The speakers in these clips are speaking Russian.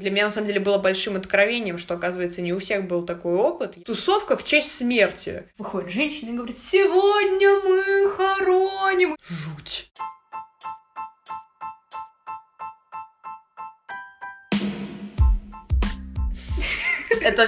Для меня, на самом деле, было большим откровением, что, оказывается, не у всех был такой опыт. Тусовка в честь смерти. Выходит женщина и говорит: сегодня мы хороним. Жуть. Это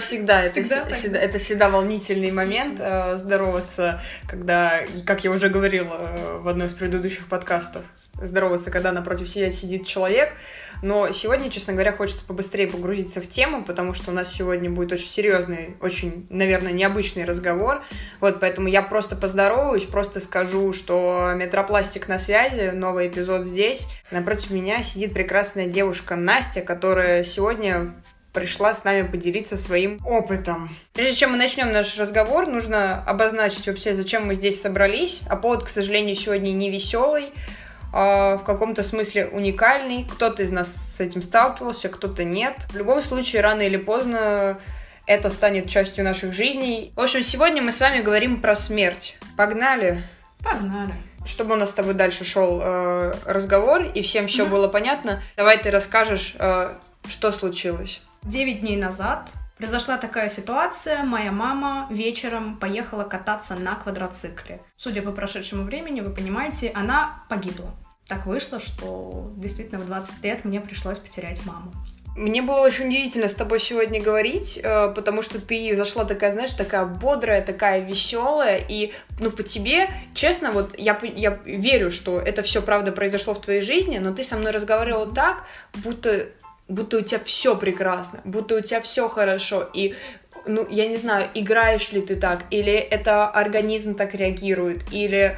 всегда волнительный момент здороваться, когда, как я уже говорила в одном из предыдущих подкастов, здороваться, когда напротив себя сидит человек. Но сегодня, честно говоря, хочется побыстрее погрузиться в тему, потому что у нас сегодня будет очень серьезный, очень, наверное, необычный разговор. Вот, поэтому я просто поздороваюсь, просто скажу, что Метропластик на связи, новый эпизод здесь. Напротив меня сидит прекрасная девушка Настя, которая сегодня пришла с нами поделиться своим опытом. Прежде чем мы начнем наш разговор, нужно обозначить вообще, зачем мы здесь собрались. А повод, к сожалению, сегодня не веселый, а в каком-то смысле уникальный. Кто-то из нас с этим сталкивался, кто-то нет. В любом случае, рано или поздно это станет частью наших жизней. В общем, сегодня мы с вами говорим про смерть. Погнали? Погнали. Чтобы у нас с тобой дальше шел разговор, и всем все было понятно, давай ты расскажешь, что случилось. 9 дней назад произошла такая ситуация. Моя мама вечером поехала кататься на квадроцикле. Судя по прошедшему времени, вы понимаете, она погибла. Так вышло, что действительно в 20 лет мне пришлось потерять маму. Мне было очень удивительно с тобой сегодня говорить, потому что ты зашла такая, знаешь, такая бодрая, такая веселая, и, по тебе, честно, вот я верю, что это все правда произошло в твоей жизни, но ты со мной разговаривала так, будто у тебя все прекрасно, будто у тебя все хорошо, и, я не знаю, играешь ли ты так, или это организм так реагирует, или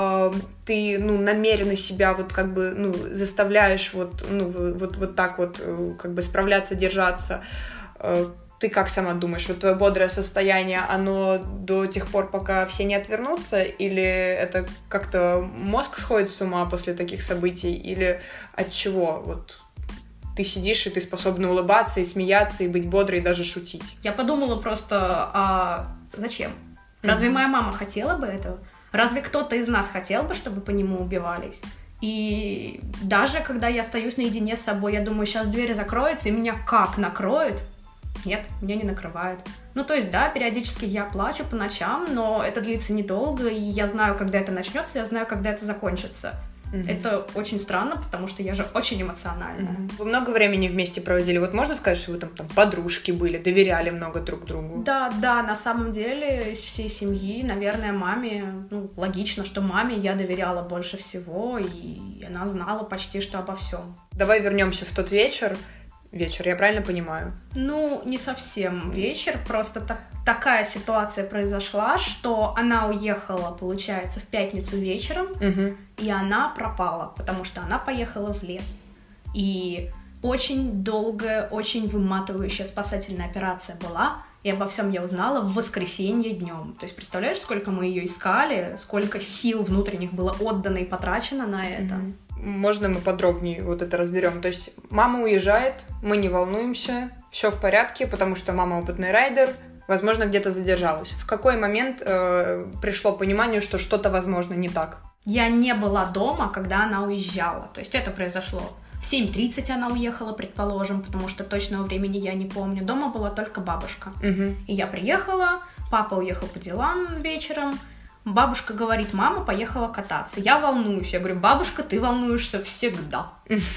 ты, намеренно себя вот как бы, заставляешь вот так вот как бы справляться, держаться. Ты как сама думаешь, вот твое бодрое состояние, оно до тех пор, пока все не отвернутся, или это как-то мозг сходит с ума после таких событий, или от чего вот ты сидишь, и ты способна улыбаться, и смеяться, и быть бодрой, и даже шутить? Я подумала просто, а зачем? Разве моя мама хотела бы этого? Разве кто-то из нас хотел бы, чтобы по нему убивались? И даже когда я остаюсь наедине с собой, я думаю, сейчас дверь закроется, и меня как накроет? Нет, меня не накрывает. То есть, да, периодически я плачу по ночам, но это длится недолго, и я знаю, когда это начнется, я знаю, когда это закончится. Это очень странно, потому что я же очень эмоциональная. Вы много времени вместе проводили? Вот можно сказать, что вы там подружки были, доверяли много друг другу? Да, на самом деле, из всей семьи, наверное, маме, логично, что маме я доверяла больше всего, и она знала почти что обо всем. Давай вернемся в тот вечер. Вечер, я правильно понимаю? Не совсем вечер, просто такая ситуация произошла, что она уехала, получается, в пятницу вечером, и она пропала, потому что она поехала в лес. И очень долгая, очень выматывающая спасательная операция была, и обо всем я узнала в воскресенье днем. То есть, представляешь, сколько мы ее искали, сколько сил внутренних было отдано и потрачено на это? Можно мы подробнее вот это разберем? То есть мама уезжает, мы не волнуемся, все в порядке, потому что мама опытный райдер, возможно, где-то задержалась. В какой момент пришло понимание, что что-то, возможно, не так? Я не была дома, когда она уезжала. То есть это произошло в 7:30 она уехала, предположим, потому что точного времени я не помню. Дома была только бабушка. И я приехала, папа уехал по делам вечером. Бабушка говорит: мама поехала кататься. Я волнуюсь. Я говорю: бабушка, ты волнуешься всегда.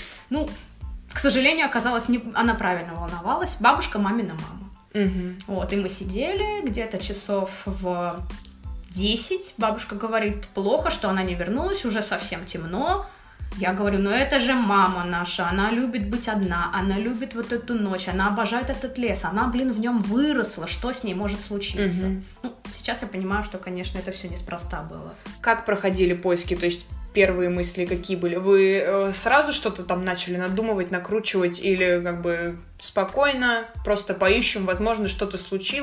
К сожалению, оказалось, она правильно волновалась. Бабушка мамина мама. Вот, и мы сидели где-то часов в 10. Бабушка говорит: плохо, что она не вернулась, уже совсем темно. Я говорю: это же мама наша, она любит быть одна, она любит вот эту ночь, она обожает этот лес, она, в нем выросла, что с ней может случиться? Сейчас я понимаю, что, конечно, это все неспроста было. Как проходили поиски, то есть первые мысли какие были? Вы сразу что-то там начали надумывать, накручивать, или как бы спокойно, просто поищем, возможно, что-то случилось,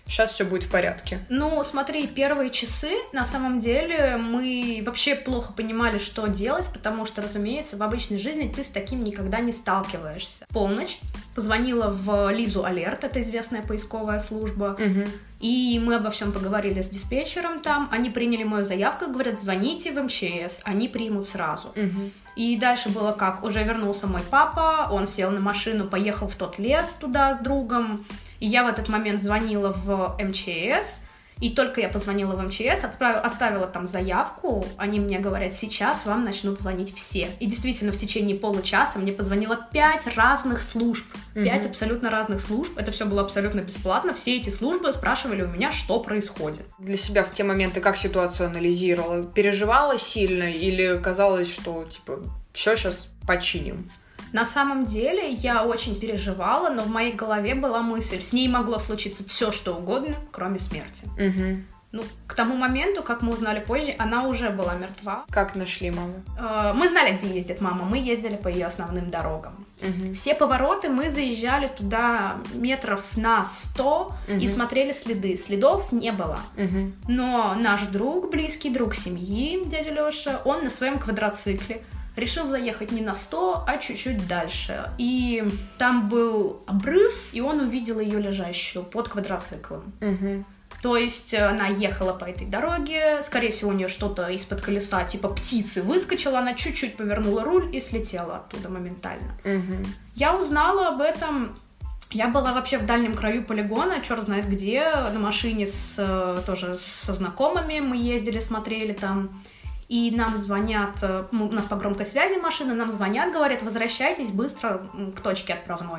сейчас все будет в порядке? Ну, смотри, первые часы, на самом деле, мы вообще плохо понимали, что делать, потому что, разумеется, в обычной жизни ты с таким никогда не сталкиваешься. В полночь позвонила в Лизу Алерт, это известная поисковая служба, и мы обо всем поговорили с диспетчером там, они приняли мою заявку, говорят, звоните в МЧС, они примут сразу. И дальше было как, уже вернулся мой папа, он сел на машину, поехал в тот лес туда с другом, и я в этот момент звонила в МЧС, и только я позвонила в МЧС, оставила там заявку, они мне говорят, сейчас вам начнут звонить все. И действительно, в течение получаса мне позвонило 5 разных служб, 5 абсолютно разных служб, это все было абсолютно бесплатно, все эти службы спрашивали у меня, что происходит. Для себя в те моменты как ситуацию анализировала? Переживала сильно или казалось, что, типа, все сейчас починим? На самом деле я очень переживала, но в моей голове была мысль, с ней могло случиться все, что угодно, кроме смерти. Ну, к тому моменту, как мы узнали позже, она уже была мертва. Как нашли маму? Мы знали, где ездит мама, мы ездили по ее основным дорогам. Все повороты мы заезжали туда метров на 100 и смотрели следы. Следов не было. Но наш друг, близкий друг семьи, дядя Лёша, он на своем квадроцикле решил заехать не на 100, а чуть-чуть дальше. И там был обрыв, и он увидел ее лежащую под квадроциклом. То есть она ехала по этой дороге, скорее всего, у нее что-то из-под колеса, типа птицы, выскочила, она чуть-чуть повернула руль и слетела оттуда моментально. Я узнала об этом... Я была вообще в дальнем краю полигона, черт знает где, на машине тоже со знакомыми мы ездили, смотрели там. И нам звонят, у нас по громкой связи машина, нам звонят, говорят, возвращайтесь быстро к точке отправной.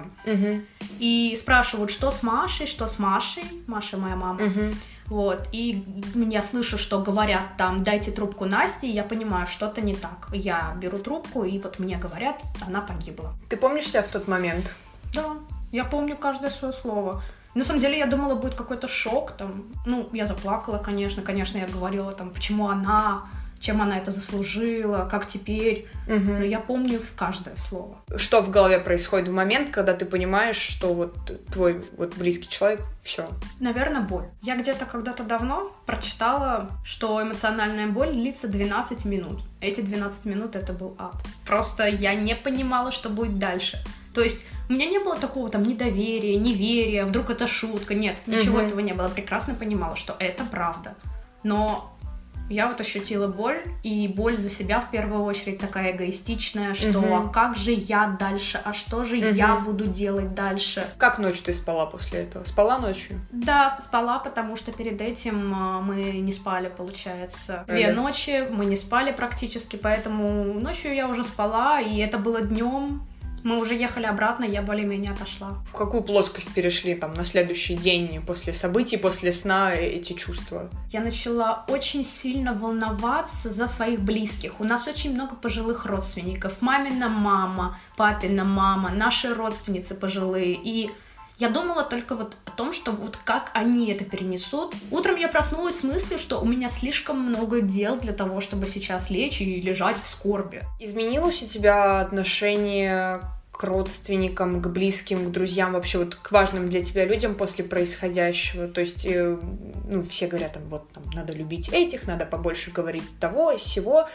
И спрашивают, что с Машей, Маша моя мама. Вот, и я слышу, что говорят там, дайте трубку Насте, и я понимаю, что-то не так. Я беру трубку, и вот мне говорят, она погибла. Ты помнишь себя в тот момент? Да, я помню каждое свое слово. На самом деле, я думала, будет какой-то шок там. Ну, я заплакала, конечно, я говорила там, почему она... чем она это заслужила, как теперь. Но я помню каждое слово. Что в голове происходит в момент, когда ты понимаешь, что вот твой вот близкий человек, все? Наверное, боль. Я где-то когда-то давно прочитала, что эмоциональная боль длится 12 минут. Эти 12 минут — это был ад. Просто я не понимала, что будет дальше. То есть у меня не было такого там недоверия, неверия, вдруг это шутка. Нет, ничего этого не было. Прекрасно понимала, что это правда. Но я вот ощутила боль, и боль за себя в первую очередь такая эгоистичная, что а как же я дальше, а что же я буду делать дальше? Как ночь ты спала после этого? Спала ночью? Да, спала, потому что перед этим мы не спали, получается. 2 ночи мы не спали практически, поэтому ночью я уже спала, и это было днем. Мы уже ехали обратно, я более-менее отошла. В какую плоскость перешли там на следующий день после событий, после сна эти чувства? Я начала очень сильно волноваться за своих близких. У нас очень много пожилых родственников. Мамина мама, папина мама, наши родственницы пожилые. И я думала только вот о том, что вот как они это перенесут. Утром я проснулась с мыслью, что у меня слишком много дел для того, чтобы сейчас лечь и лежать в скорби. Изменилось у тебя отношение к родственникам, к близким, к друзьям, вообще вот к важным для тебя людям после происходящего? То есть, ну, все говорят, там, вот, там, надо любить этих, надо побольше говорить того, сего.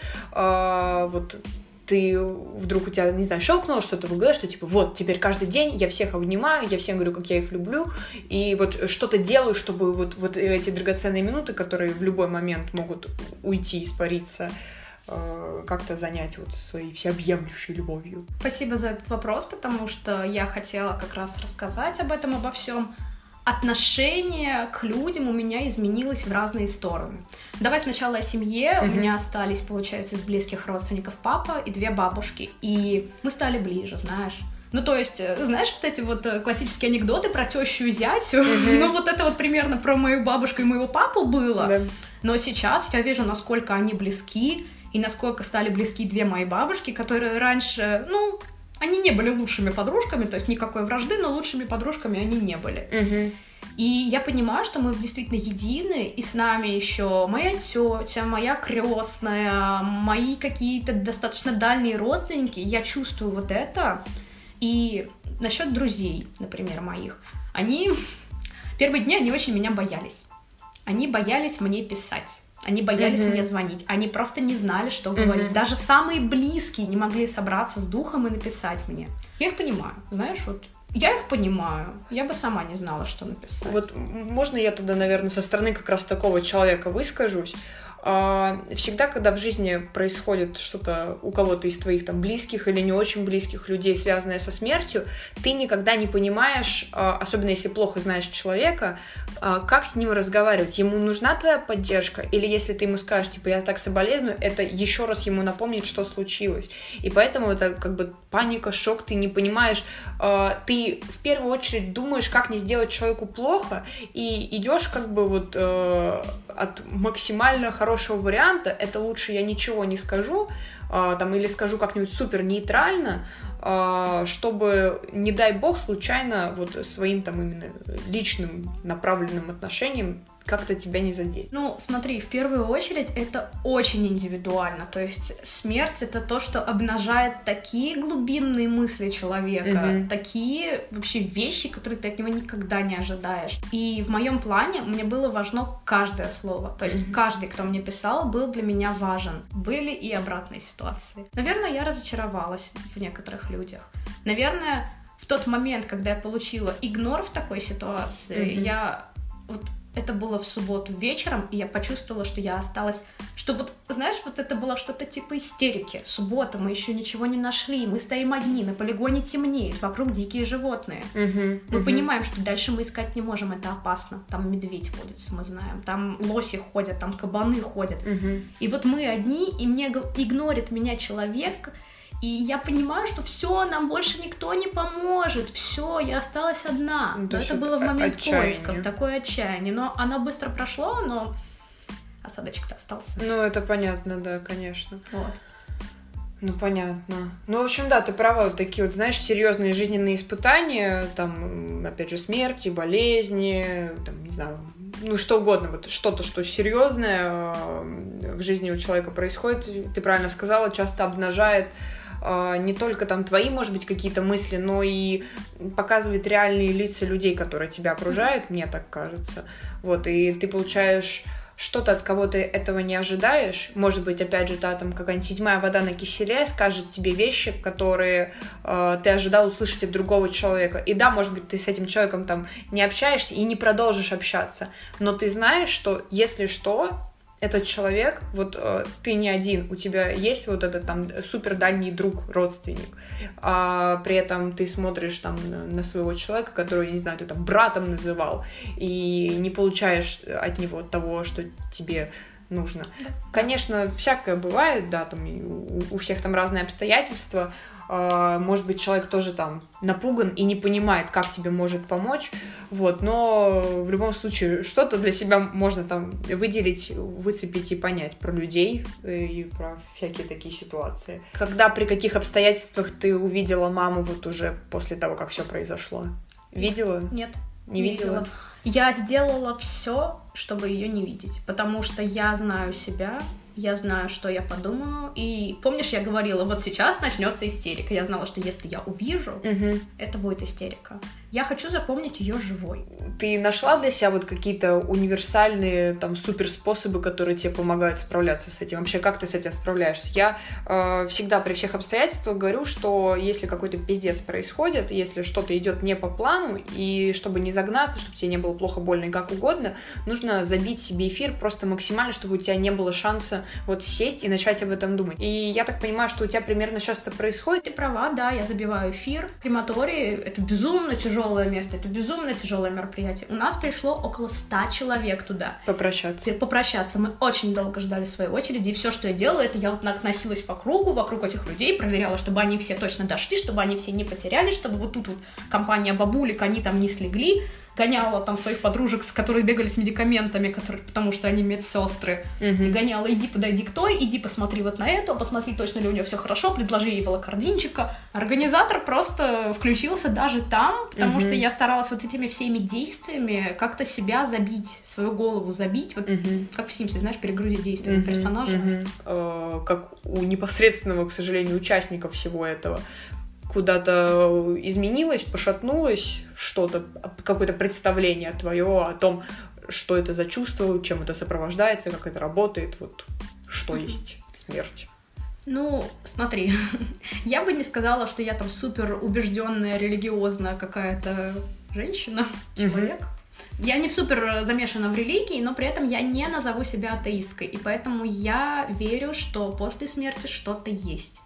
Вот ты вдруг у тебя, не знаю, щелкнуло что-то в голове, что типа вот, теперь каждый день я всех обнимаю, я всем говорю, как я их люблю, и вот что-то делаю, чтобы вот эти драгоценные минуты, которые в любой момент могут уйти, испариться, как-то занять вот своей всеобъемлющей любовью. Спасибо за этот вопрос, потому что я хотела как раз рассказать об этом, обо всем. Отношение к людям у меня изменилось в разные стороны. Давай сначала о семье. У меня остались, получается, из близких родственников папа и 2 бабушки. И мы стали ближе, знаешь. Ну, то есть, знаешь, вот эти вот классические анекдоты про тещу и зятю? Ну, вот это вот примерно про мою бабушку и моего папу было. Но сейчас я вижу, насколько они близки, и насколько стали близки 2 мои бабушки, которые раньше, ну, они не были лучшими подружками, то есть никакой вражды, но лучшими подружками они не были. И я понимаю, что мы действительно едины, и с нами еще моя тетя, моя крестная, мои какие-то достаточно дальние родственники. Я чувствую вот это. И насчет друзей, например, моих, они Первые дни они очень меня боялись. Они боялись мне писать. Они боялись мне звонить. Они просто не знали, что говорить. Даже самые близкие не могли собраться с духом и написать мне. Я их понимаю, знаешь, вот. Я их понимаю. Я бы сама не знала, что написать. Вот можно я тогда, наверное, со стороны как раз такого человека выскажусь? Всегда, когда в жизни происходит что-то у кого-то из твоих там близких или не очень близких людей, связанное со смертью, ты никогда не понимаешь, особенно если плохо знаешь человека, как с ним разговаривать. Ему нужна твоя поддержка? Или если ты ему скажешь, типа, я так соболезную, это еще раз ему напомнит, что случилось. И поэтому это как бы паника, шок, ты не понимаешь. Ты в первую очередь думаешь, как не сделать человеку плохо, и идешь как бы вот от максимально хорошего варианта, это лучше я ничего не скажу, там, или скажу как-нибудь супер нейтрально, чтобы, не дай бог, случайно вот своим там именно личным направленным отношением как-то тебя не задеть. Ну, смотри, в первую очередь это очень индивидуально, то есть смерть — это то, что обнажает такие глубинные мысли человека, такие вообще вещи, которые ты от него никогда не ожидаешь. И в моем плане мне было важно каждое слово, то есть каждый, кто мне писал, был для меня важен. Были и обратные ситуации. Наверное, я разочаровалась в некоторых людях. Наверное, в тот момент, когда я получила игнор в такой ситуации, это было в субботу вечером, и я почувствовала, что я осталась... Что вот, знаешь, вот это было что-то типа истерики. Суббота, мы еще ничего не нашли, мы стоим одни, на полигоне темнеет, вокруг дикие животные. Мы понимаем, что дальше мы искать не можем, это опасно. Там медведь водится, мы знаем, там лоси ходят, там кабаны ходят. И вот мы одни, и мне игнорит меня человек... И я понимаю, что все, нам больше никто не поможет, все, я осталась одна. Но это было в момент поисков, такое отчаяние. Но оно быстро прошло, но осадочек-то остался. Ну, это понятно, да, конечно. Вот. Ну, понятно. Ну, в общем, да, ты права, вот такие вот, знаешь, серьезные жизненные испытания, там, опять же, смерти, болезни, там, не знаю, ну, что угодно, вот что-то, что серьезное в жизни у человека происходит, ты правильно сказала, часто обнажает не только там твои, может быть, какие-то мысли, но и показывает реальные лица людей, которые тебя окружают, мне так кажется. Вот, и ты получаешь что-то от кого ты этого не ожидаешь. Может быть, опять же, та там какая-нибудь седьмая вода на киселе скажет тебе вещи, которые ты ожидал услышать от другого человека. И да, может быть, ты с этим человеком там не общаешься и не продолжишь общаться, но ты знаешь, что если что, этот человек, вот ты не один, у тебя есть вот этот там супер дальний друг, родственник, а при этом ты смотришь там на своего человека, которого, я не знаю, ты там братом называл, и не получаешь от него того, что тебе нужно. Да. Конечно, всякое бывает, да, там у всех там разные обстоятельства, может быть, человек тоже там напуган и не понимает, как тебе может помочь, вот, но в любом случае что-то для себя можно там выделить, выцепить и понять про людей и про всякие такие ситуации. Когда, при каких обстоятельствах ты увидела маму вот уже после того, как все произошло? Видела? Нет. Не видела? Я сделала все, чтобы ее не видеть, потому что я знаю себя, я знаю, что я подумаю, и помнишь, я говорила, вот сейчас начнется истерика, я знала, что если я увижу, это будет истерика. Я хочу запомнить ее живой. Ты нашла для себя вот какие-то универсальные там суперспособы, которые тебе помогают справляться с этим? Вообще, как ты с этим справляешься? Я всегда при всех обстоятельствах говорю, что если какой-то пиздец происходит, если что-то идет не по плану, и чтобы не загнаться, чтобы тебе не было плохо, больно и как угодно, нужно забить себе эфир просто максимально, чтобы у тебя не было шанса вот сесть и начать об этом думать. И я так понимаю, что у тебя примерно сейчас это происходит? Ты права, да, я забиваю эфир. Крематорий — это безумно тяжелое место, это безумно тяжелое мероприятие. У нас пришло около 100 человек туда. Попрощаться. Мы очень долго ждали своей очереди, и все, что я делала, это я вот носилась по кругу, вокруг этих людей, проверяла, чтобы они все точно дошли, чтобы они все не потерялись, чтобы вот тут вот компания бабулек, они там не слегли. Гоняла там своих подружек, с которыми бегали с медикаментами, потому что они медсестры. И гоняла, иди подойди к той, иди посмотри вот на эту, посмотри, точно ли у нее все хорошо, предложи ей волокординчика. Организатор просто включился даже там, потому что я старалась вот этими всеми действиями как-то себя забить, свою голову забить, вот как в Симсе, знаешь, перегрузить действия персонажа. Как у непосредственного, к сожалению, участника всего этого. куда-то изменилось, пошатнулось что-то, какое-то представление твое о том, что это за чувство, чем это сопровождается, как это работает, вот что есть смерть? Ну, смотри, я бы не сказала, что я там супер убежденная, религиозная какая-то женщина, человек. Я не супер замешана в религии, но при этом я не назову себя атеисткой, и поэтому я верю, что после смерти что-то есть.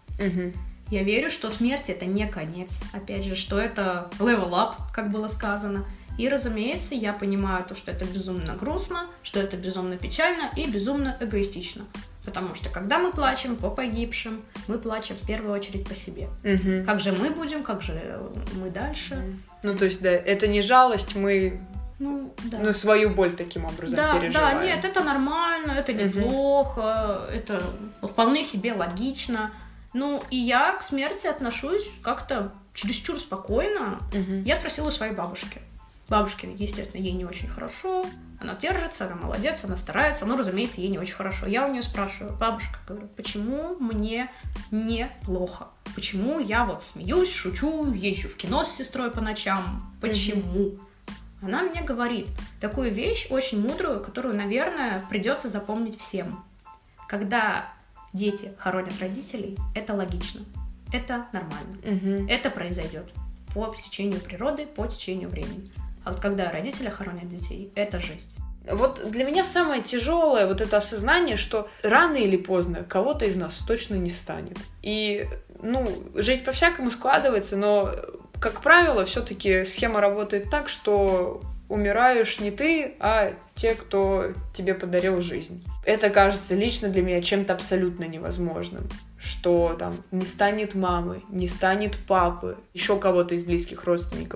Я верю, что смерть — это не конец, опять же, что это level up, как было сказано. И, разумеется, я понимаю то, что это безумно грустно, что это безумно печально и безумно эгоистично. Потому что, когда мы плачем по погибшим, мы плачем в первую очередь по себе. Как же мы будем, как же мы дальше? Ну, то есть, да, это не жалость, мы... Ну, свою боль таким образом переживаем. Да, нет, это нормально, это неплохо, это вполне себе логично. Ну, и я к смерти отношусь как-то чересчур спокойно. Я спросила у своей бабушки. Бабушке, естественно, ей не очень хорошо, она держится, она молодец, она старается, но, разумеется, ей не очень хорошо. Я у нее спрашиваю: бабушка, говорю, почему мне неплохо? Почему я вот смеюсь, шучу, езжу в кино с сестрой по ночам? Почему? Она мне говорит такую вещь очень мудрую, которую, наверное, придется запомнить всем. Когда дети хоронят родителей, это логично, это нормально, это произойдет по стечению природы, по течению времени. А вот когда родители хоронят детей, это жесть. Вот для меня самое тяжелое вот это осознание, что рано или поздно кого-то из нас точно не станет. И, жизнь по-всякому складывается, но, как правило, все-таки схема работает так, что умираешь не ты, а те, кто тебе подарил жизнь. Это кажется лично для меня чем-то абсолютно невозможным. Что там не станет мамы, не станет папы, еще кого-то из близких родственников.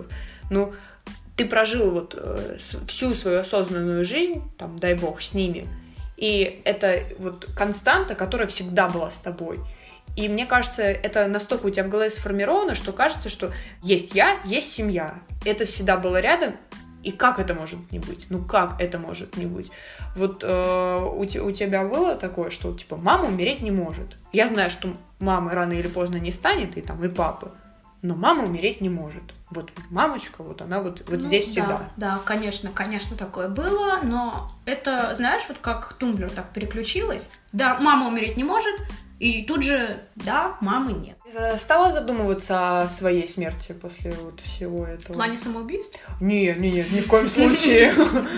Ты прожил вот всю свою осознанную жизнь, там, дай бог, с ними. И это вот константа, которая всегда была с тобой. И мне кажется, это настолько у тебя в голове сформировано, что кажется, что есть я, есть семья. Это всегда было рядом. И как это может не быть? Как это может не быть? Вот у тебя было такое, что, типа, мама умереть не может. Я знаю, что мамы рано или поздно не станет, и папы. Но мама умереть не может. Вот мамочка, вот она вот здесь всегда. Да, конечно, такое было, но это, знаешь, вот как тумблер так переключилось. Да, мама умереть не может, и тут же, да, мамы нет. Стала задумываться о своей смерти после вот всего этого? В плане самоубийств? Нет, ни в коем случае.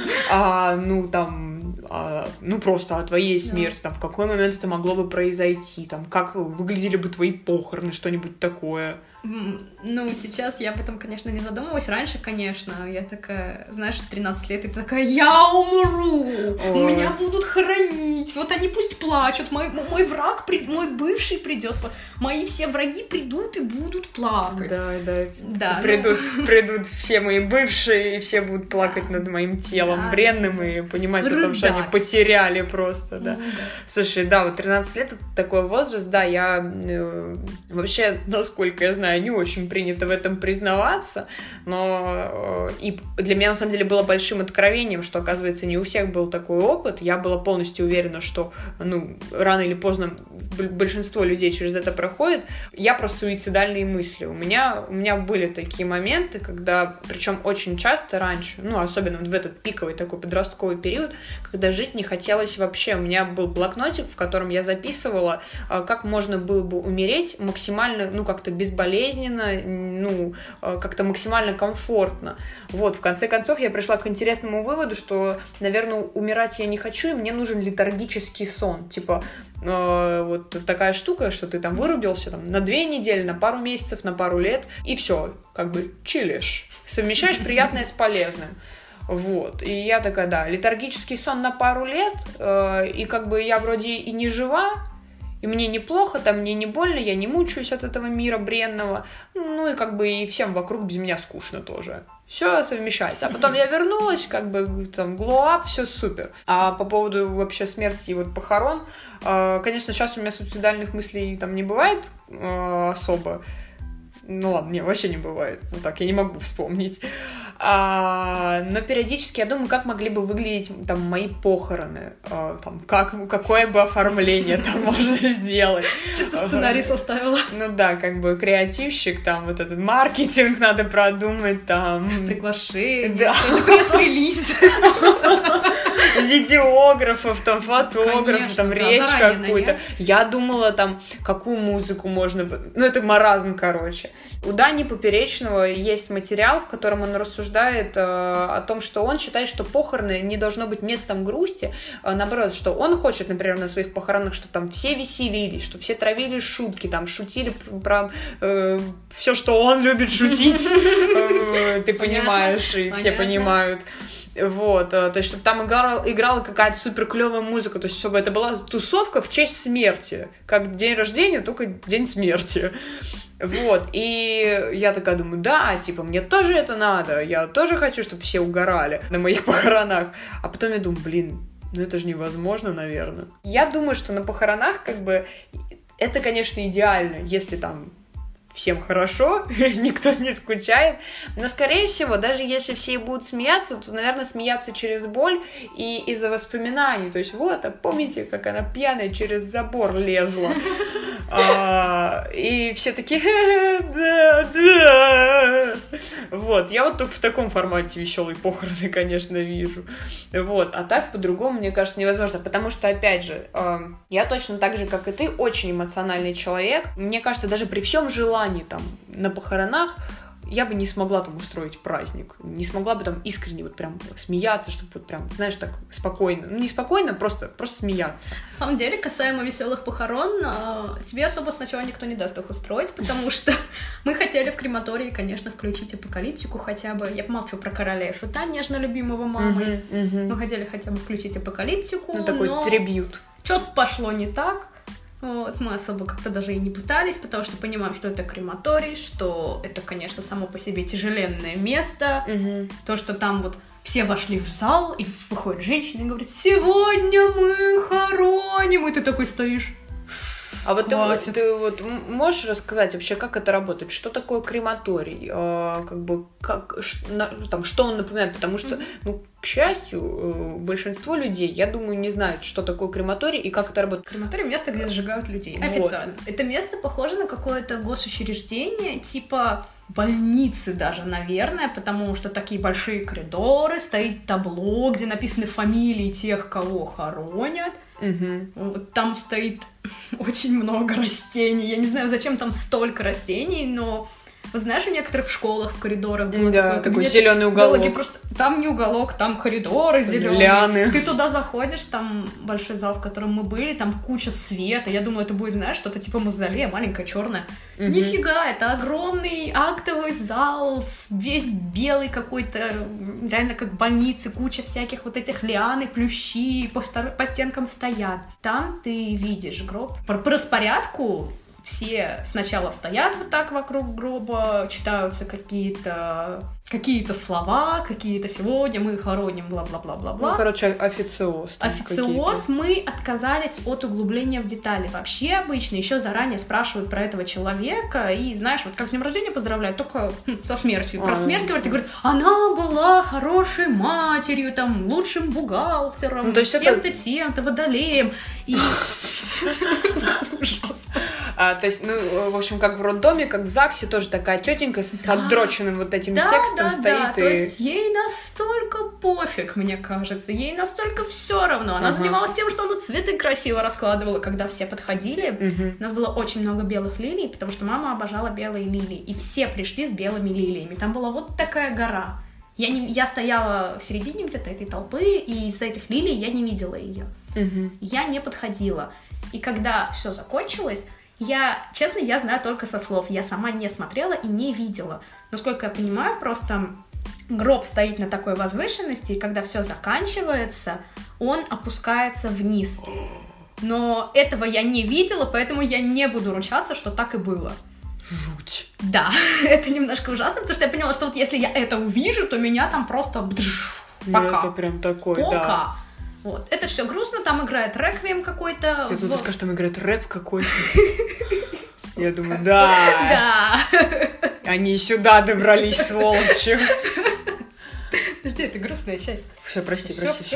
Просто о твоей смерти, в какой момент это могло бы произойти, как выглядели бы твои похороны, что-нибудь такое. Сейчас я об этом, конечно, не задумывалась. Раньше, конечно, я такая, знаешь, 13 лет, и ты такая: я умру, меня будут хоронить, вот они пусть плачут, мой враг, мой бывший придет, мои все враги придут и будут плакать. Да. Придут все мои бывшие, и все будут плакать над моим телом бренным и понимать о том, что они потеряли просто, да. Слушай, вот 13 лет — это такой возраст, да, я вообще, насколько я знаю, не очень принято в этом признаваться, но и для меня, на самом деле, было большим откровением, что, оказывается, не у всех был такой опыт. Я была полностью уверена, что, рано или поздно большинство людей через это проходит. Я про суицидальные мысли. У меня были такие моменты, когда, причем очень часто раньше, особенно в этот пиковый такой подростковый период, когда жить не хотелось вообще. У меня был блокнотик, в котором я записывала, как можно было бы умереть максимально, как-то безболезненно, как-то максимально комфортно. Вот, в конце концов, я пришла к интересному выводу, что, наверное, умирать я не хочу, и мне нужен летаргический сон. Типа, вот такая штука, что ты вырубился на 2 недели, на пару месяцев, на пару лет, и все, чилишь. Совмещаешь приятное с полезным. Вот, и я такая, да, летаргический сон на пару лет, и я вроде и не жива, и мне неплохо, мне не больно, я не мучаюсь от этого мира бренного, и всем вокруг без меня скучно тоже. Все совмещается. А потом я вернулась, glow up, все супер. А по поводу вообще смерти и похорон, конечно, сейчас у меня суицидальных мыслей не бывает особо. Ну ладно, не, вообще не бывает. Ну так, я не могу вспомнить. Но периодически я думаю, как могли бы выглядеть там мои похороны. Там, какое бы оформление там можно сделать. Чисто сценарий составила. Ну да, как бы креативщик, там вот этот маркетинг надо продумать, там... Приглашение, да. пресс-релиз. Видеографов, там, фотографов, конечно, там, речь какую-то. Нанять. Я думала, там, какую музыку можно... Ну, это маразм, короче. У Дани Поперечного есть материал, в котором он рассуждает о том, что он считает, что похороны не должно быть местом грусти. Наоборот, что он хочет, например, на своих похоронах, что там все веселились, что все травили шутки, там, шутили про все, что он любит шутить. Ты понимаешь, и все понимают. Вот, то есть, чтобы там играла какая-то супер клевая музыка, то есть, чтобы это была тусовка в честь смерти, как день рождения, только день смерти. Вот, и я такая думаю, да, типа, мне тоже это надо, я тоже хочу, чтобы все угорали на моих похоронах. А потом я думаю, блин, ну это же невозможно, наверное. Я думаю, что на похоронах, как бы, это, конечно, идеально, если там всем хорошо, никто не скучает, но, скорее всего, даже если все будут смеяться, то, наверное, смеяться через боль и из-за воспоминаний, то есть, вот, а помните, как она пьяная через забор лезла? И все такие, да. Вот, я вот только в таком формате веселые похороны, конечно, вижу. Вот, а так по-другому, мне кажется, невозможно, потому что, опять же, я точно так же, как и ты, очень эмоциональный человек. Мне кажется, даже при всем желании там на похоронах я бы не смогла там устроить праздник, не смогла бы там искренне вот прям смеяться, чтобы вот прям, знаешь, так спокойно, ну не спокойно, просто смеяться. На самом деле, касаемо веселых похорон, тебе особо сначала никто не даст их устроить, потому что мы хотели в крематории, конечно, включить апокалиптику хотя бы, я помолчу про короля и шута, нежно любимого мамой, мы хотели хотя бы включить апокалиптику, ну, такой трибьют. Что-то пошло не так. Вот, мы особо как-то даже и не пытались, потому что понимаем, что это крематорий, что это, конечно, само по себе тяжеленное место, то, что там вот все вошли в зал, и выходит женщина и говорит, сегодня мы хороним, и ты такой стоишь. А вот ты вот можешь рассказать вообще, как это работает? Что такое крематорий? Как бы, там, что он напоминает? Потому что, ну, к счастью, большинство людей, я думаю, не знают, что такое крематорий и как это работает. Крематорий — место, где сжигают людей, официально. Вот. Это место похоже на какое-то госучреждение, типа больницы даже, наверное, потому что такие большие коридоры, стоит табло, где написаны фамилии тех, кого хоронят. Вот там стоит очень много растений. Я не знаю, зачем там столько растений, но... Вот знаешь, у некоторых в школах, в коридорах был такой зеленый уголок. Просто там не уголок, там коридоры зеленые. Ляны. Ты туда заходишь, там большой зал, в котором мы были, там куча света. Я думала, это будет, знаешь, что-то типа мавзолея, маленькое, черное. Нифига, это огромный актовый зал, весь белый какой-то, реально как в больнице, куча всяких вот этих лиан и плющи по стенкам стоят. Там ты видишь гроб. По распорядку все сначала стоят вот так вокруг гроба, читаются какие-то слова, какие-то сегодня мы хороним, бла-бла-бла-бла-бла. Ну, короче, официоз. Официоз, мы отказались от углубления в детали. Вообще обычно еще заранее спрашивают про этого человека, и знаешь, вот как с днем рождения поздравляют, только со смертью. Про смерть говорят, и говорят, она была хорошей матерью, там, лучшим бухгалтером, тем-то, тем-то, водолеем. И... То есть, ну, в общем, как в роддоме, как в ЗАГСе, тоже такая тетенька с отдроченным вот этим текстом стоит. Да, то есть ей настолько пофиг, мне кажется, ей настолько все равно. Она занималась тем, что она цветы красиво раскладывала, когда все подходили. У нас было очень много белых лилий, потому что мама обожала белые лилии, и все пришли с белыми лилиями. Там была вот такая гора. Я стояла в середине где-то этой толпы, и из-за этих лилий я не видела ее. Я не подходила. И когда все закончилось, честно, я знаю только со слов. Я сама не смотрела и не видела. Насколько я понимаю, просто гроб стоит на такой возвышенности, и когда все заканчивается, он опускается вниз. Но этого я не видела, поэтому я не буду ручаться, что так и было. Жуть. Да, это немножко ужасно, потому что я поняла, что вот если я это увижу, то меня там просто... Пока. Это прям такой, да. Вот. Это все грустно, там играет реквием какой-то. Я думаю, ты скажешь, там играет рэп какой-то. Я думаю, да. Да. Они сюда добрались, сволочи. Подожди, это грустная часть. Все, прости.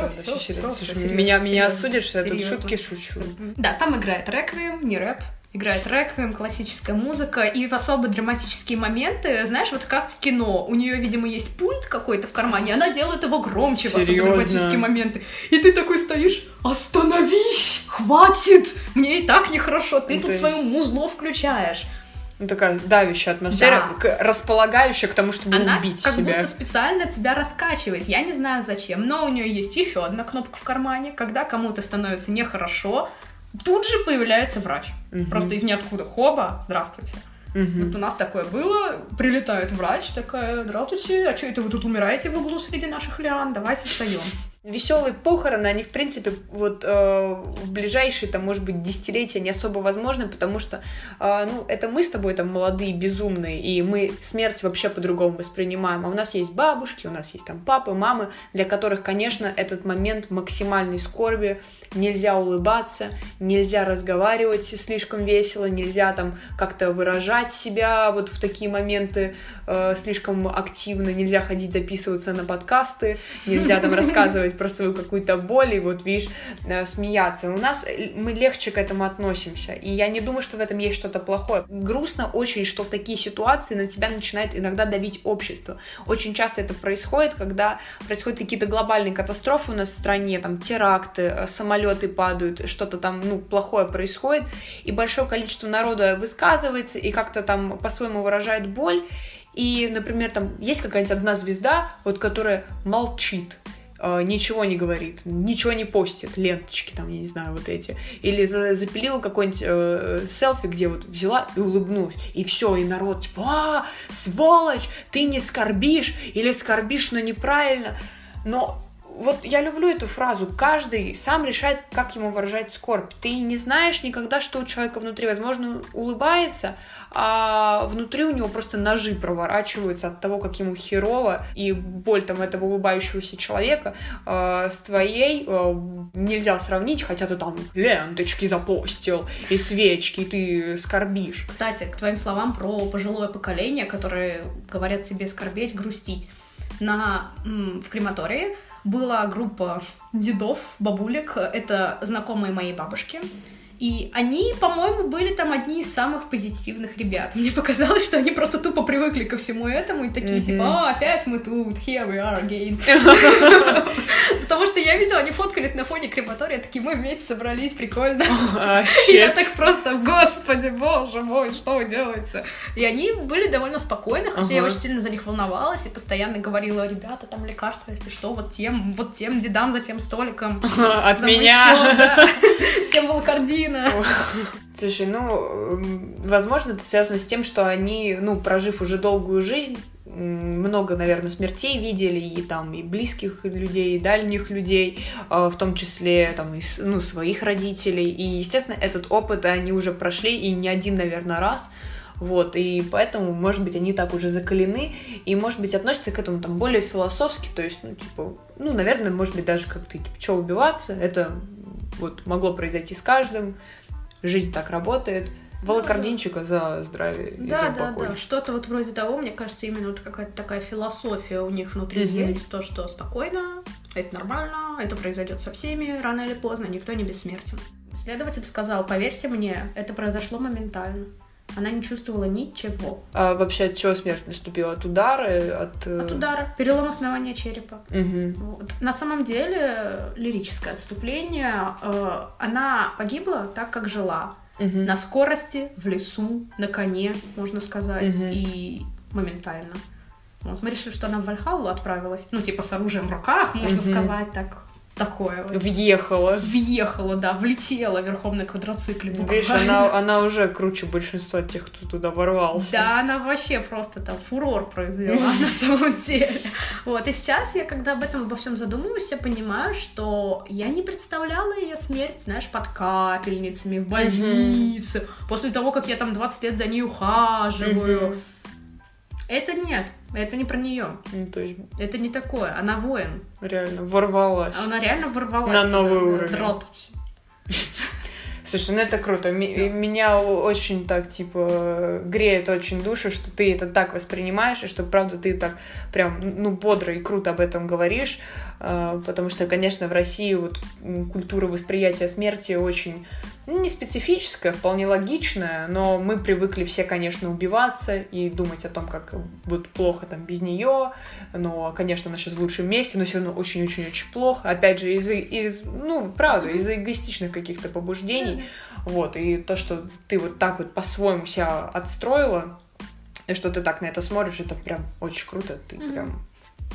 Меня осудят, что я тут шутки шучу. Да, там играет реквием, не рэп. Играет реквием, классическая музыка, и в особо драматические моменты, знаешь, вот как в кино, у нее, видимо, есть пульт какой-то в кармане, она делает его громче в особо драматические моменты. И ты такой стоишь: остановись, хватит, мне и так нехорошо, ты тут свою музло включаешь. Такая давящая атмосфера, да. Располагающая к тому, чтобы она убить себя. Она как себя. будто специально тебя раскачивает. Я не знаю зачем, но у нее есть еще одна кнопка в кармане. Когда кому-то становится нехорошо, тут же появляется врач. Просто из ниоткуда. Хоба, здравствуйте. Вот у нас такое было. Прилетает врач, такая: здравствуйте, а что это вы тут умираете в углу среди наших лиан? Давайте встаем. Веселые похороны, они, в принципе, вот в ближайшие, там, может быть, десятилетия не особо возможны, потому что, это мы с тобой там молодые, безумные, и мы смерть вообще по-другому воспринимаем. А у нас есть бабушки, у нас есть там папы, мамы, для которых, конечно, этот момент максимальной скорби. Нельзя улыбаться, нельзя разговаривать слишком весело, нельзя там как-то выражать себя вот в такие моменты слишком активно, нельзя ходить записываться на подкасты, нельзя там рассказывать про свою какую-то боль и вот, видишь, смеяться. У нас мы легче к этому относимся, и я не думаю, что в этом есть что-то плохое. Грустно очень, что в такие ситуации на тебя начинает иногда давить общество. Очень часто это происходит, когда происходят какие-то глобальные катастрофы у нас в стране, там теракты, самолеты падают, что-то там, плохое происходит, и большое количество народа высказывается и как-то там по-своему выражает боль. И, например, там есть какая-нибудь одна звезда, вот, которая молчит, ничего не говорит, ничего не постит, ленточки там, я не знаю, вот эти, или запилила какой-нибудь селфи, где вот взяла и улыбнулась, и все, и народ типа: сволочь, ты не скорбишь, или скорбишь, но неправильно. Но вот я люблю эту фразу: каждый сам решает, как ему выражать скорбь. Ты не знаешь никогда, что у человека внутри. Возможно, улыбается, а внутри у него просто ножи проворачиваются от того, как ему херово, и боль там этого улыбающегося человека с твоей нельзя сравнить, хотя ты там ленточки запостил и свечки, и ты скорбишь. Кстати, к твоим словам про пожилое поколение, которые говорят тебе скорбеть, грустить. В крематории была группа дедов, бабулек, это знакомые моей бабушки, и они, по-моему, были там одни из самых позитивных ребят. Мне показалось, что они просто тупо привыкли ко всему этому и такие, типа: опять мы тут, here we are again. Потому что я видела, они фоткались на фоне крематория, такие: мы вместе собрались, прикольно. И я так просто: господи, боже мой, что вы делаете? И они были довольно спокойны, хотя я очень сильно за них волновалась и постоянно говорила: ребята, там лекарства, если что, вот тем дедам за тем столиком. От меня. Всем волокордин. Слушай, возможно, это связано с тем, что они, прожив уже долгую жизнь, много, наверное, смертей видели, и близких людей, и дальних людей, в том числе там, своих родителей, и, естественно, этот опыт они уже прошли, и не один, наверное, раз. Вот, и поэтому, может быть, они так уже закалены, и, может быть, относятся к этому там более философски, то есть, наверное, может быть, даже как-то, что убиваться, это вот могло произойти с каждым, жизнь так работает. Волокординчика за здравие и за покой. Да, что-то вот вроде того, мне кажется, именно вот какая-то такая философия у них внутри есть, то, что спокойно, это нормально, это произойдет со всеми, рано или поздно, никто не бессмертен. Следователь сказал: поверьте мне, это произошло моментально. Она не чувствовала ничего. А вообще от чего смерть наступила? От удара? От удара. Перелом основания черепа. Вот. На самом деле, лирическое отступление, она погибла так, как жила. На скорости, в лесу, на коне, можно сказать, и моментально. Вот. Мы решили, что она в Вальхаллу отправилась, с оружием в руках, можно сказать, такое вот. Въехала, да, влетела верхом на квадроцикле. Видишь, она уже круче большинства тех, кто туда ворвался. Да, она вообще просто там фурор произвела на самом деле. Вот, и сейчас я, когда об этом обо всем задумываюсь, я понимаю, что я не представляла ее смерть, знаешь, под капельницами, в больнице, после того, как я там 20 лет за ней ухаживаю. Это нет, это не про нее. То есть... Это не такое, она воин. Реально, ворвалась. Она реально ворвалась. На новый уровень. Дротусь. Слушай, ну это круто. Меня очень так, типа, греет очень душу, что ты это так воспринимаешь, и что, правда, ты так прям, ну, бодро и круто об этом говоришь, потому что, конечно, в России вот культура восприятия смерти очень, ну, не специфическая, вполне логичная, но мы привыкли все, конечно, убиваться и думать о том, как будет плохо там без нее, но, конечно, она сейчас в лучшем месте, но все равно очень-очень-очень плохо. Опять же, ну, правда, из-за эгоистичных каких-то побуждений. Вот, и то, что ты вот так вот по-своему себя отстроила, и что ты так на это смотришь, это прям очень круто. Ты прям...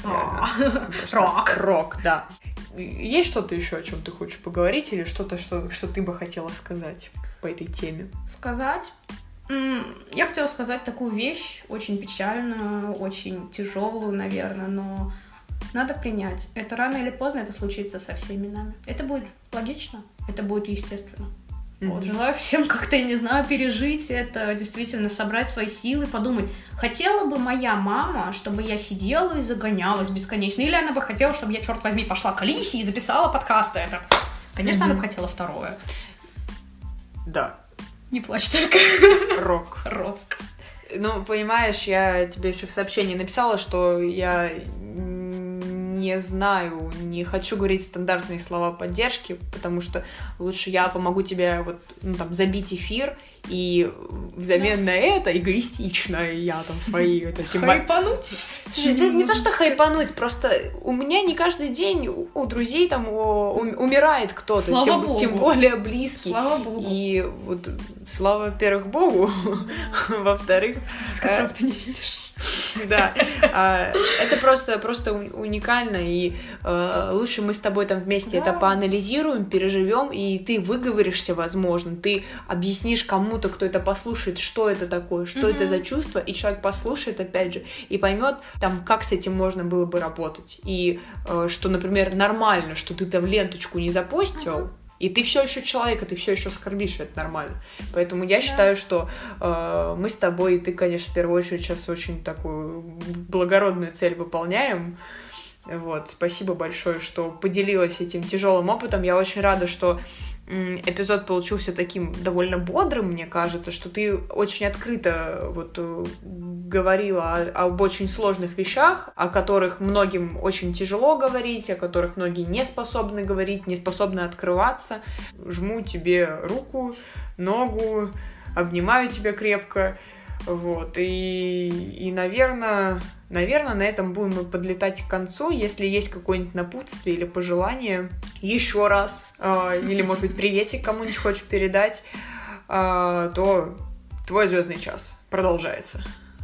Рок, да. Есть что-то еще, о чем ты хочешь поговорить, или что-то, что ты бы хотела сказать по этой теме? Сказать? Я хотела сказать такую вещь, очень печальную, очень тяжелую, наверное, но надо принять. Это рано или поздно это случится со всеми нами. Это будет логично, это будет естественно. Вот, желаю всем как-то, я не знаю, пережить это, действительно собрать свои силы, подумать, хотела бы моя мама, чтобы я сидела и загонялась бесконечно, или она бы хотела, чтобы я, черт возьми, пошла к Алисе и записала подкасты этот. Конечно, она бы хотела второе. Да. Не плачь только. Роцк. Ну, понимаешь, я тебе еще в сообщении написала, что я не знаю, не хочу говорить стандартные слова поддержки, потому что лучше я помогу тебе вот, ну, там, забить эфир, и взамен на это эгоистично я там свои вот эти... Хайпануть? Да не то, что хайпануть, просто у меня не каждый день у друзей там умирает кто-то, тем более близкий. Слава Богу. И вот слава, во-первых, Богу, во-вторых... В которого ты не веришь. Да, это просто уникально, и лучше мы с тобой там вместе это поанализируем, переживем, и ты выговоришься, возможно, ты объяснишь кому-то, кто это послушает, что это такое, что это за чувство, и человек послушает, опять же, и поймет, там, как с этим можно было бы работать, и что, например, нормально, что ты там ленточку не запостил, и ты все еще человек, и ты все еще скорбишь, это нормально. Поэтому я считаю, что мы с тобой, и ты, конечно, в первую очередь сейчас очень такую благородную цель выполняем. Вот, спасибо большое, что поделилась этим тяжелым опытом. Я очень рада, что эпизод получился таким довольно бодрым, мне кажется, что ты очень открыто вот говорила об очень сложных вещах, о которых многим очень тяжело говорить, о которых многие не способны говорить, не способны открываться. Жму тебе руку, ногу, обнимаю тебя крепко. Вот, и наверное, на этом будем мы подлетать к концу. Если есть какое-нибудь напутствие или пожелание еще раз, или, может быть, приветик кому-нибудь хочешь передать, то твой звездный час продолжается.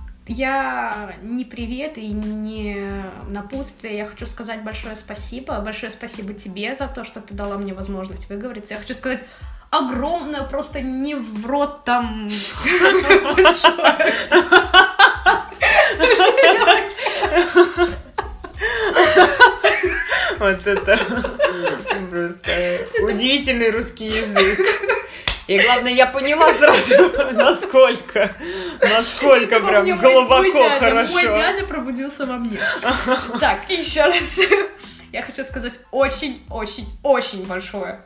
Я не привет и не напутствие. Я хочу сказать большое спасибо. Большое спасибо тебе за то, что ты дала мне возможность выговориться. Я хочу сказать огромное, просто не в рот там большое. Вот это просто удивительный русский язык. И главное, я поняла сразу, насколько прям глубоко хорошо. Мой дядя пробудился во мне. Так, еще раз. Я хочу сказать очень-очень-очень большое.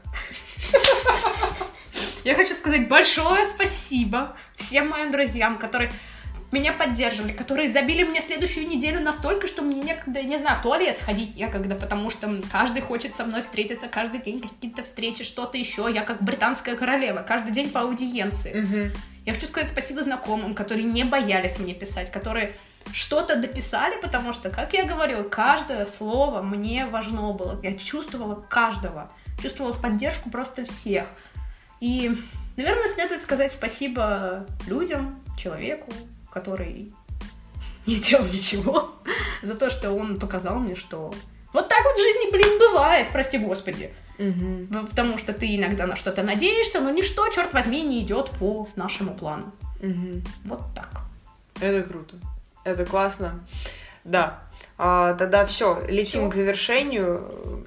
Я хочу сказать большое спасибо всем моим друзьям, которые меня поддерживали, которые забили мне следующую неделю настолько, что мне некогда, не знаю, в туалет сходить некогда, потому что каждый хочет со мной встретиться, каждый день какие-то встречи, что-то еще. Я как британская королева, каждый день по аудиенции. Я хочу сказать спасибо знакомым, которые не боялись мне писать, которые что-то дописали, потому что, как я говорю, каждое слово мне важно было. Я чувствовала каждого, чувствовала поддержку просто всех. И, наверное, следует сказать спасибо людям, человеку, который не сделал ничего, за то, что он показал мне, что вот так вот в жизни, блин, бывает, прости господи. Потому что ты иногда на что-то надеешься, но ничто, черт возьми, не идет по нашему плану. Вот так. Это круто. Это классно. Да. Тогда все, летим к завершению.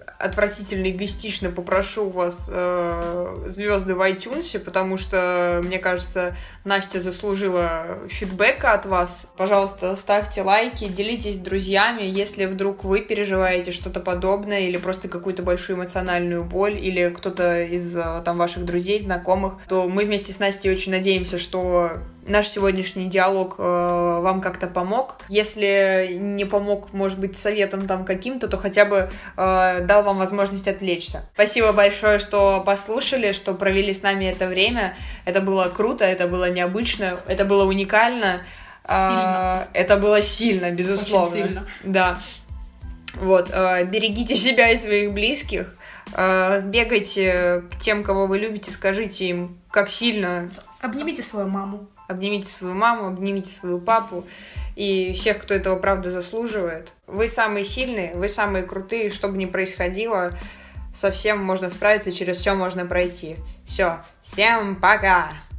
отвратительно эгоистично попрошу у вас звезды в iTunes, потому что, мне кажется, Настя заслужила фидбэка от вас. Пожалуйста, ставьте лайки, делитесь с друзьями, если вдруг вы переживаете что-то подобное или просто какую-то большую эмоциональную боль, или кто-то из там ваших друзей, знакомых, то мы вместе с Настей очень надеемся, что наш сегодняшний диалог вам как-то помог. Если не помог, может быть, советом там каким-то, то хотя бы дал вам возможность отвлечься. Спасибо большое, что послушали, что провели с нами это время. Это было круто, это было необычно, это было уникально. Сильно. Это было сильно, безусловно. Очень сильно. Да. Вот, берегите себя и своих близких. Сбегайте к тем, кого вы любите, скажите им, как сильно... Обнимите свою маму. Обнимите свою маму, обнимите свою папу и всех, кто этого правда заслуживает. Вы самые сильные, вы самые крутые, что бы ни происходило, со всем можно справиться, через все можно пройти. Все, всем пока!